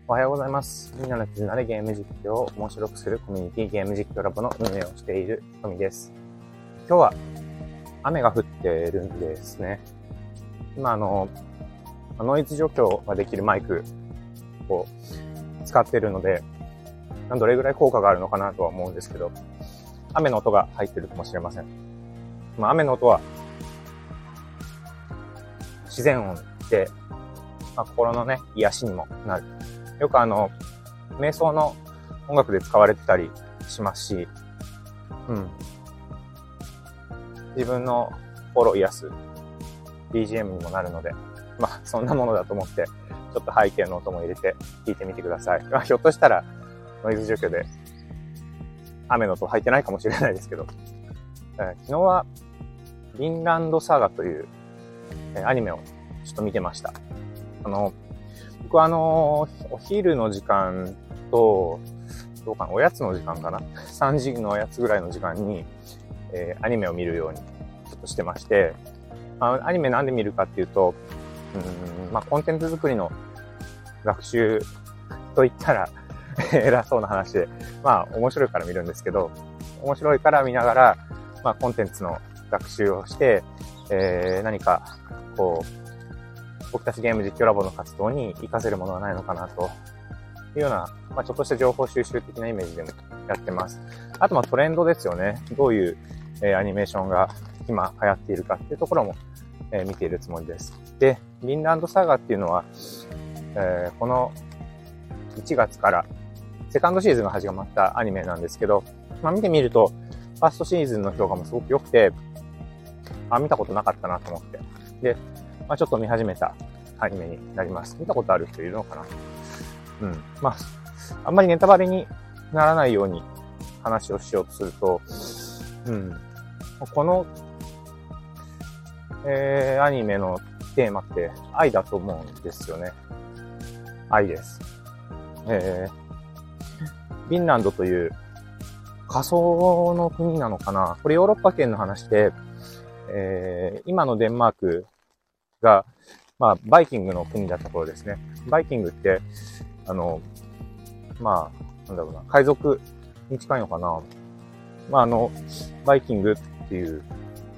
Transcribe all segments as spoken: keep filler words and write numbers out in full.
おはようございます。みんなの絆でゲーム実況を面白くするコミュニティゲーム実況ラボの運営をしているトミです。今日は雨が降ってるんですね。今あの、ノイズ除去ができるマイクを使っているので、どれぐらい効果があるのかなとは思うんですけど、雨の音が入ってるかもしれません。まあ、雨の音は自然音で、まあ、心のね、癒しにもなる。よくあの、瞑想の音楽で使われてたりしますし、うん。自分の心を癒す ビージーエム にもなるので、まあ、そんなものだと思って、ちょっと背景の音も入れて聞いてみてください。まあ、ひょっとしたら、ノイズ除去で雨の音入ってないかもしれないですけど、えー、昨日は、ヴィンランドサガという、えー、アニメをちょっと見てました。あの、僕はあの、お昼の時間と、どうかな、おやつの時間かな ?さん 時のおやつぐらいの時間に、えー、アニメを見るようにちょっとしてまして、まあ、アニメなんで見るかっていうと、うん、まあ、コンテンツ作りの学習と言ったら偉そうな話で、まあ、面白いから見るんですけど、面白いから見ながら、まあ、コンテンツの学習をして、えー、何か、こう、僕たちゲーム実況ラボの活動に活かせるものはないのかなというような、まあ、ちょっとした情報収集的なイメージでもやってます。あとまあトレンドですよね。どういう、えー、アニメーションが今流行っているかっていうところも、えー、見ているつもりです。で、ヴィンランドサガっていうのは、えー、このいちがつからセカンドシーズンが始まったアニメなんですけど、まあ見てみると、ファーストシーズンの評価もすごく良くて、あ、見たことなかったなと思って。で、まあちょっと見始めたアニメになります。見たことある人いるのかな？うん。まあ、あんまりネタバレにならないように話をしようとすると、うん。この、えー、アニメのテーマって愛だと思うんですよね。愛です。えー、フィンランドという仮想の国なのかな？これヨーロッパ圏の話で、えー、今のデンマークが、まあ、バイキングの国だった頃ですね。バイキングって、あの、まあ、なんだろうな、海賊に近いのかな。まあ、あの、バイキングっていう、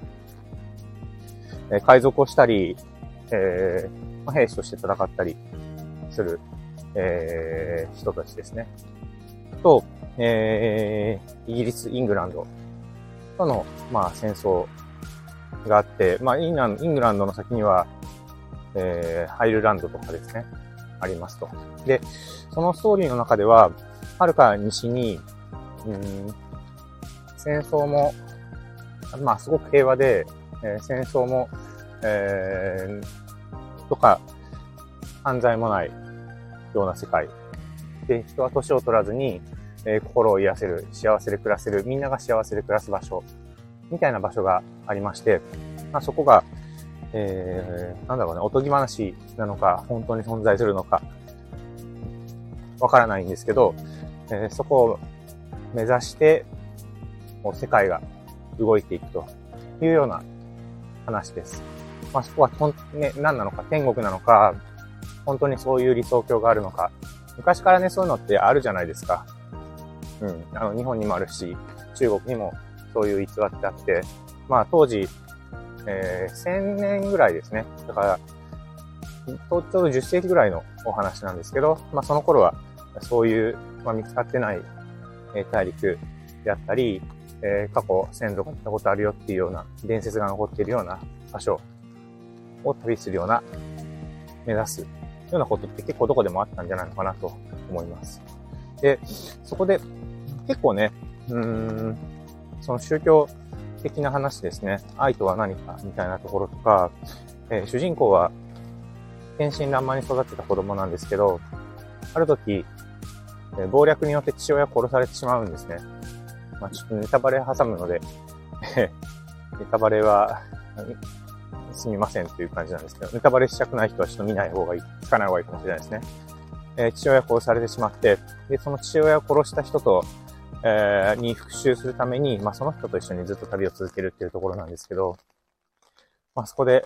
えー、海賊をしたり、えーまあ、兵士として戦ったりする、えー、人たちですね。と、えー、イギリス、イングランドとの、まあ、戦争があって、まあ、イングランドの先には、えー、アイルランドとかですね、ありますと。で、そのストーリーの中では、はるか西に、うーん、戦争も、まあ、すごく平和で、えー、戦争も、えー、とか、犯罪もないような世界。で、人は年を取らずに、えー、心を癒せる、幸せで暮らせる、みんなが幸せで暮らす場所、みたいな場所がありまして、まあ、そこが、えー、なんだろうね、おとぎ話なのか、本当に存在するのか、わからないんですけど、えー、そこを目指して、もう世界が動いていくというような話です。まあ、そこはほん、ね、何なのか、天国なのか、本当にそういう理想郷があるのか、昔からね、そういうのってあるじゃないですか。うん。あの、日本にもあるし、中国にもそういう逸話ってあって、まあ、当時、えー、せんねんぐらいですね。だから、ちょうどじゅっせいきぐらいのお話なんですけど、まあその頃は、そういう、まあ見つかってない、えー、大陸であったり、えー、過去先祖が行ったことあるよっていうような伝説が残っているような場所を旅するような、目指すようなことって結構どこでもあったんじゃないのかなと思います。で、そこで結構ね、うーん、その宗教的な話ですね。愛とは何かみたいなところとか、えー、主人公は天真爛漫に育てた子供なんですけど、ある時、えー、暴略によって父親を殺されてしまうんですね。まあ、ちょっとネタバレ挟むので、ネタバレはすみませんという感じなんですけど、ネタバレしたくない人はちょっと見ない方がいい、聞かない方がいいかもしれないですね。えー、父親を殺されてしまって、で、その父親を殺した人と、えー、に復讐するために、まあ、その人と一緒にずっと旅を続けるっていうところなんですけど、まあ、そこで、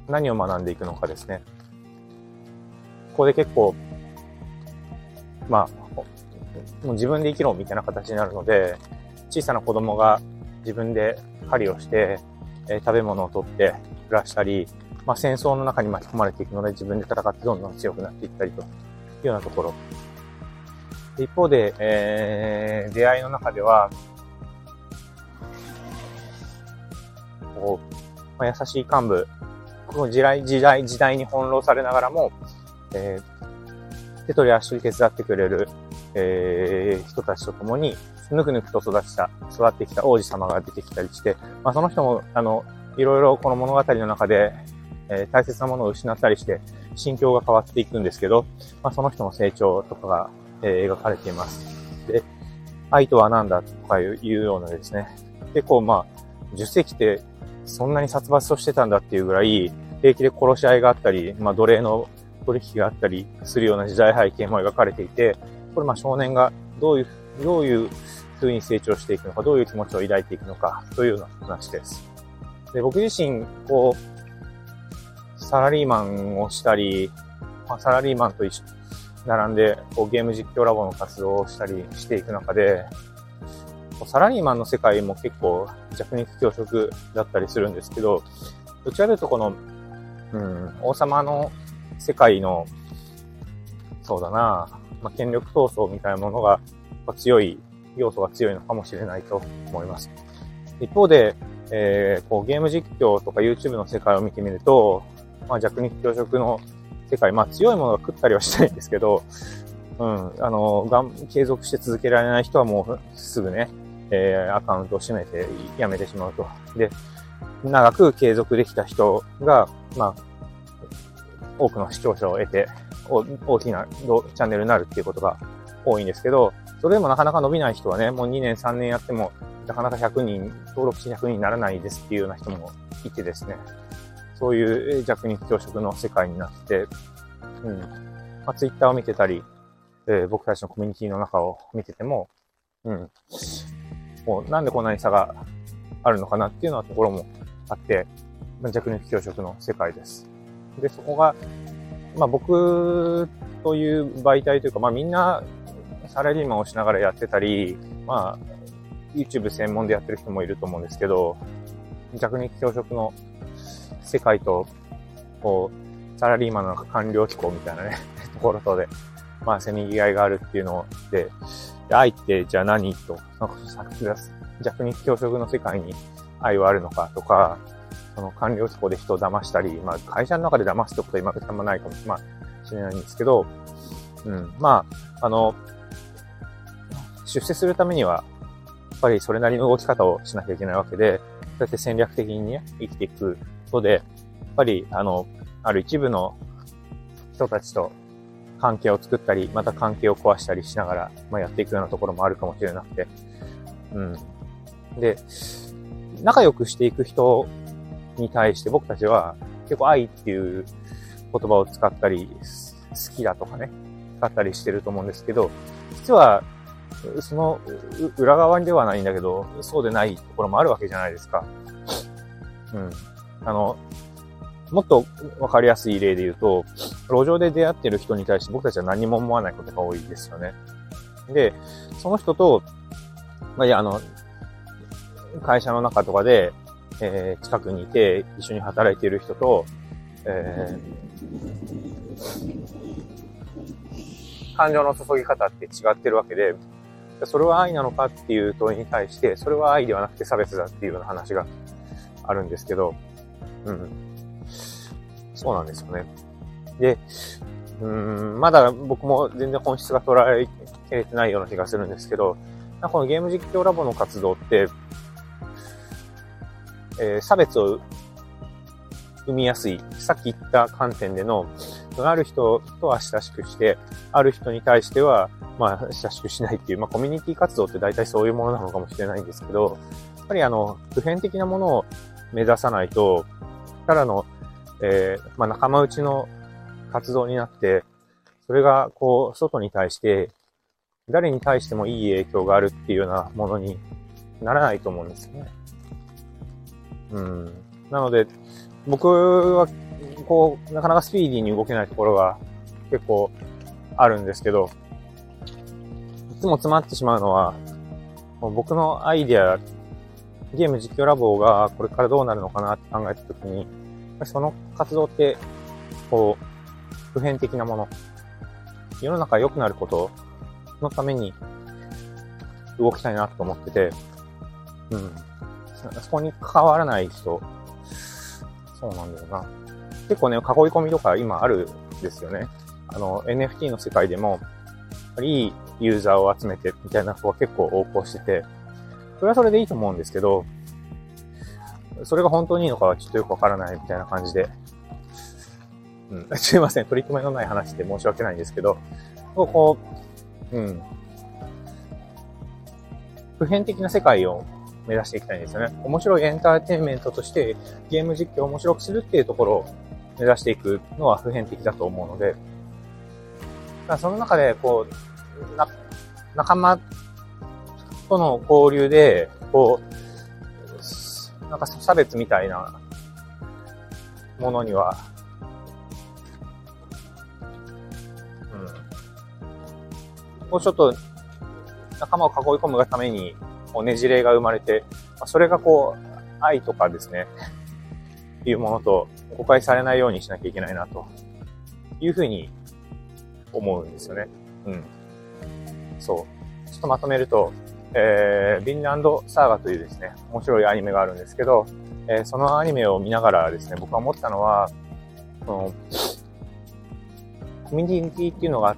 何を学んでいくのかですね。ここで結構、まあ、もう自分で生きろみたいな形になるので、小さな子供が自分で狩りをして、えー、食べ物を取って暮らしたり、まあ戦争の中に巻き込まれていくので自分で戦ってどんどん強くなっていったりというようなところ。一方で、えー、出会いの中では、こう、まあ、優しい幹部、この時代、時代、時代に翻弄されながらも、えー、手取り足取り手伝ってくれる、えー、人たちと共に、ぬくぬくと育ちた、育ってきた王子様が出てきたりして、まあその人も、あの、いろいろこの物語の中で、えー、大切なものを失ったりして、心境が変わっていくんですけど、まあその人の成長とかが、えー、描かれています。で、愛とは何だとかいうようなですね、結構まあ、じゅっ世紀ってそんなに殺伐としてたんだっていうぐらい、平気で殺し合いがあったり、まあ奴隷の取引があったりするような時代背景も描かれていて、これまあ少年がどういう、どういう風に成長していくのか、どういう気持ちを抱いていくのか、というような話です。で、僕自身、こう、サラリーマンをしたり、まあ、サラリーマンと一緒、並んで、こう、ゲーム実況ラボの活動をしたりしていく中で、サラリーマンの世界も結構弱肉強食だったりするんですけど、どちらかというとこの、うん、王様の世界の、そうだな、まあ、権力闘争みたいなものが強い、要素が強いのかもしれないと思います。一方で、えー、こうゲーム実況とか YouTube の世界を見てみると、まあ、弱肉強食の世界、まあ強いものが食ったりはしたいんですけど、うん、あの、がん、継続して続けられない人はもうすぐね、えー、アカウントを閉めてやめてしまうと。で、長く継続できた人が、まあ、多くの視聴者を得て、大きなチャンネルになるっていうことが多いんですけど、それでもなかなか伸びない人はね、もうにねんさんねんやっても、なかなかひゃくにん、登録してひゃくにんにならないですっていうような人もいてですね、そういう弱肉強食の世界になって、うん。まあ、ツイッターを見てたり、えー、僕たちのコミュニティの中を見てても、うん。もうなんでこんなに差があるのかなっていうようなところもあって、弱肉強食の世界です。で、そこが、まあ僕という媒体というか、まあみんなサラリーマンをしながらやってたり、まあ YouTube 専門でやってる人もいると思うんですけど、弱肉強食の世界と、こう、サラリーマンの官僚機構みたいなね、ところとで、まあせめぎ合いがあるっていうので、愛ってじゃあ何と、なんか弱肉強食の世界に愛はあるのかとか、その官僚機構で人を騙したり、まあ会社の中で騙すってことは今あんまないかもしれないんですけど、うん、まあ、あの、出世するためには、やっぱりそれなりの動き方をしなきゃいけないわけで、そうやって戦略的にね、生きていくことで、やっぱり、あの、ある一部の人たちと関係を作ったり、また関係を壊したりしながら、まあ、やっていくようなところもあるかもしれなくて、うん。で、仲良くしていく人に対して僕たちは結構愛っていう言葉を使ったり、好きだとかね、使ったりしてると思うんですけど、実は、その裏側ではないんだけど、そうでないところもあるわけじゃないですか。うん。あの、もっとわかりやすい例で言うと、路上で出会ってる人に対して僕たちは何も思わないことが多いですよね。で、その人と、まあ、いや、あの、会社の中とかで、えー、近くにいて一緒に働いている人と、えー、感情の注ぎ方って違ってるわけで、それは愛なのかっていう問いに対して、それは愛ではなくて差別だっていうような話があるんですけど、うん。そうなんですよね。で、うーん、まだ僕も全然本質が捉えきれてないような気がするんですけど、このゲーム実況ラボの活動って、えー、差別を生みやすい、さっき言った観点での、ある人とは親しくして、ある人に対しては、まあ、親しくしないっていう、まあ、コミュニティ活動って大体そういうものなのかもしれないんですけど、やっぱりあの、普遍的なものを目指さないと、ただの、えー、まあ、仲間内の活動になって、それが、こう、外に対して、誰に対してもいい影響があるっていうようなものにならないと思うんですよね。うん。なので、僕はこう、なかなかスピーディーに動けないところが結構あるんですけど、いつも詰まってしまうのは、もう僕のアイデア、ゲーム実況ラボがこれからどうなるのかなって考えたときに、その活動って、こう、普遍的なもの、世の中良くなることのために動きたいなと思ってて、うん。そこに関わらない人、そうなんだよな。結構ね、囲い込みとか今あるんですよね。あの、エヌエフティー の世界でも、いいユーザーを集めてみたいな子が結構横行してて、それはそれでいいと思うんですけど、それが本当にいいのかはちょっとよくわからないみたいな感じで、うん、すいません、取り留めのない話で申し訳ないんですけど、こう、うん、普遍的な世界を目指していきたいんですよね。面白いエンターテインメントとしてゲーム実況を面白くするっていうところを目指していくのは普遍的だと思うので、だからその中でこう、な、仲間との交流で、こう、なんか差別みたいなものには、うん。こうちょっと仲間を囲い込むがために、こうねじれが生まれて、それがこう、愛とかですね、いうものと誤解されないようにしなきゃいけないな、というふうに思うんですよね。うん。そう。ちょっとまとめると、えー、ヴィンランドサーガというですね、面白いアニメがあるんですけど、えー、そのアニメを見ながらですね、僕は思ったのは、その、コミュニティっていうのがあって、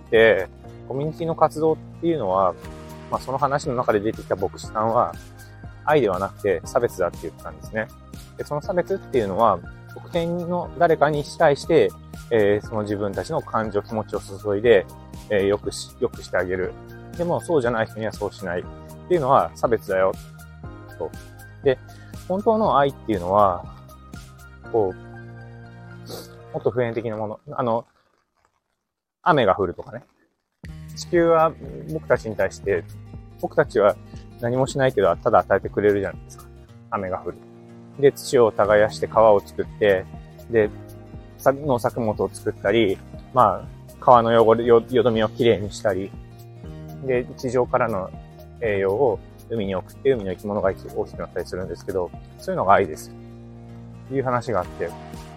コミュニティの活動っていうのは、まあその話の中で出てきた牧師さんは、愛ではなくて差別だって言ったんですね。で、その差別っていうのは、特定の誰かに対して、えー、その自分たちの感情、気持ちを注いで、えー、よくし、よくしてあげる。でも、そうじゃない人にはそうしない。っていうのは差別だよ。と。で、本当の愛っていうのは、こう、もっと普遍的なもの。あの、雨が降るとかね。地球は僕たちに対して、僕たちは何もしないけど、ただ与えてくれるじゃないですか。雨が降る。で、土を耕して川を作って、で、農作物を作ったり、まあ、川の汚れ、よ、よどみをきれいにしたり、で、地上からの栄養を海に送って、海の生き物が大きくなったりするんですけど、そういうのが愛です。という話があって、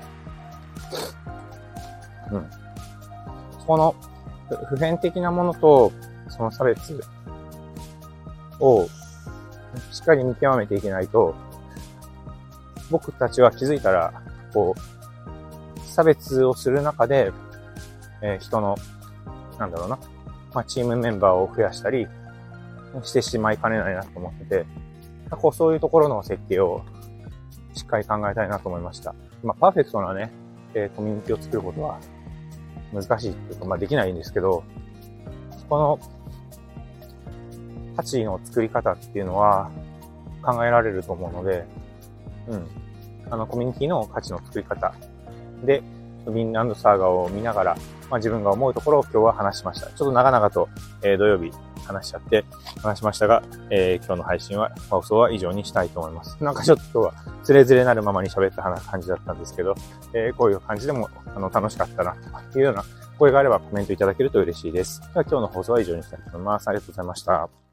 うん。この普遍的なものと、その差別をしっかり見極めていけないと、僕たちは気づいたら、こう、差別をする中で、えー、人の、なんだろうな、まあ、チームメンバーを増やしたりしてしまいかねないなと思ってて、こう、そういうところの設計をしっかり考えたいなと思いました。まあ、パーフェクトなね、えー、コミュニティを作ることは難しいっていうか、まあ、できないんですけど、そこの価値の作り方っていうのは考えられると思うので、うん。あの、コミュニティの価値の作り方で、ヴィンランドサーガを見ながら、まあ、自分が思うところを今日は話しました。ちょっと長々と、えー、土曜日話しちゃって話しましたが、えー、今日の配信は、放送は以上にしたいと思います。なんかちょっと今日はズレズレなるままに喋った感じだったんですけど、えー、こういう感じでもあの楽しかったなというような声があればコメントいただけると嬉しいです。では今日の放送は以上にしたいと思います。ありがとうございました。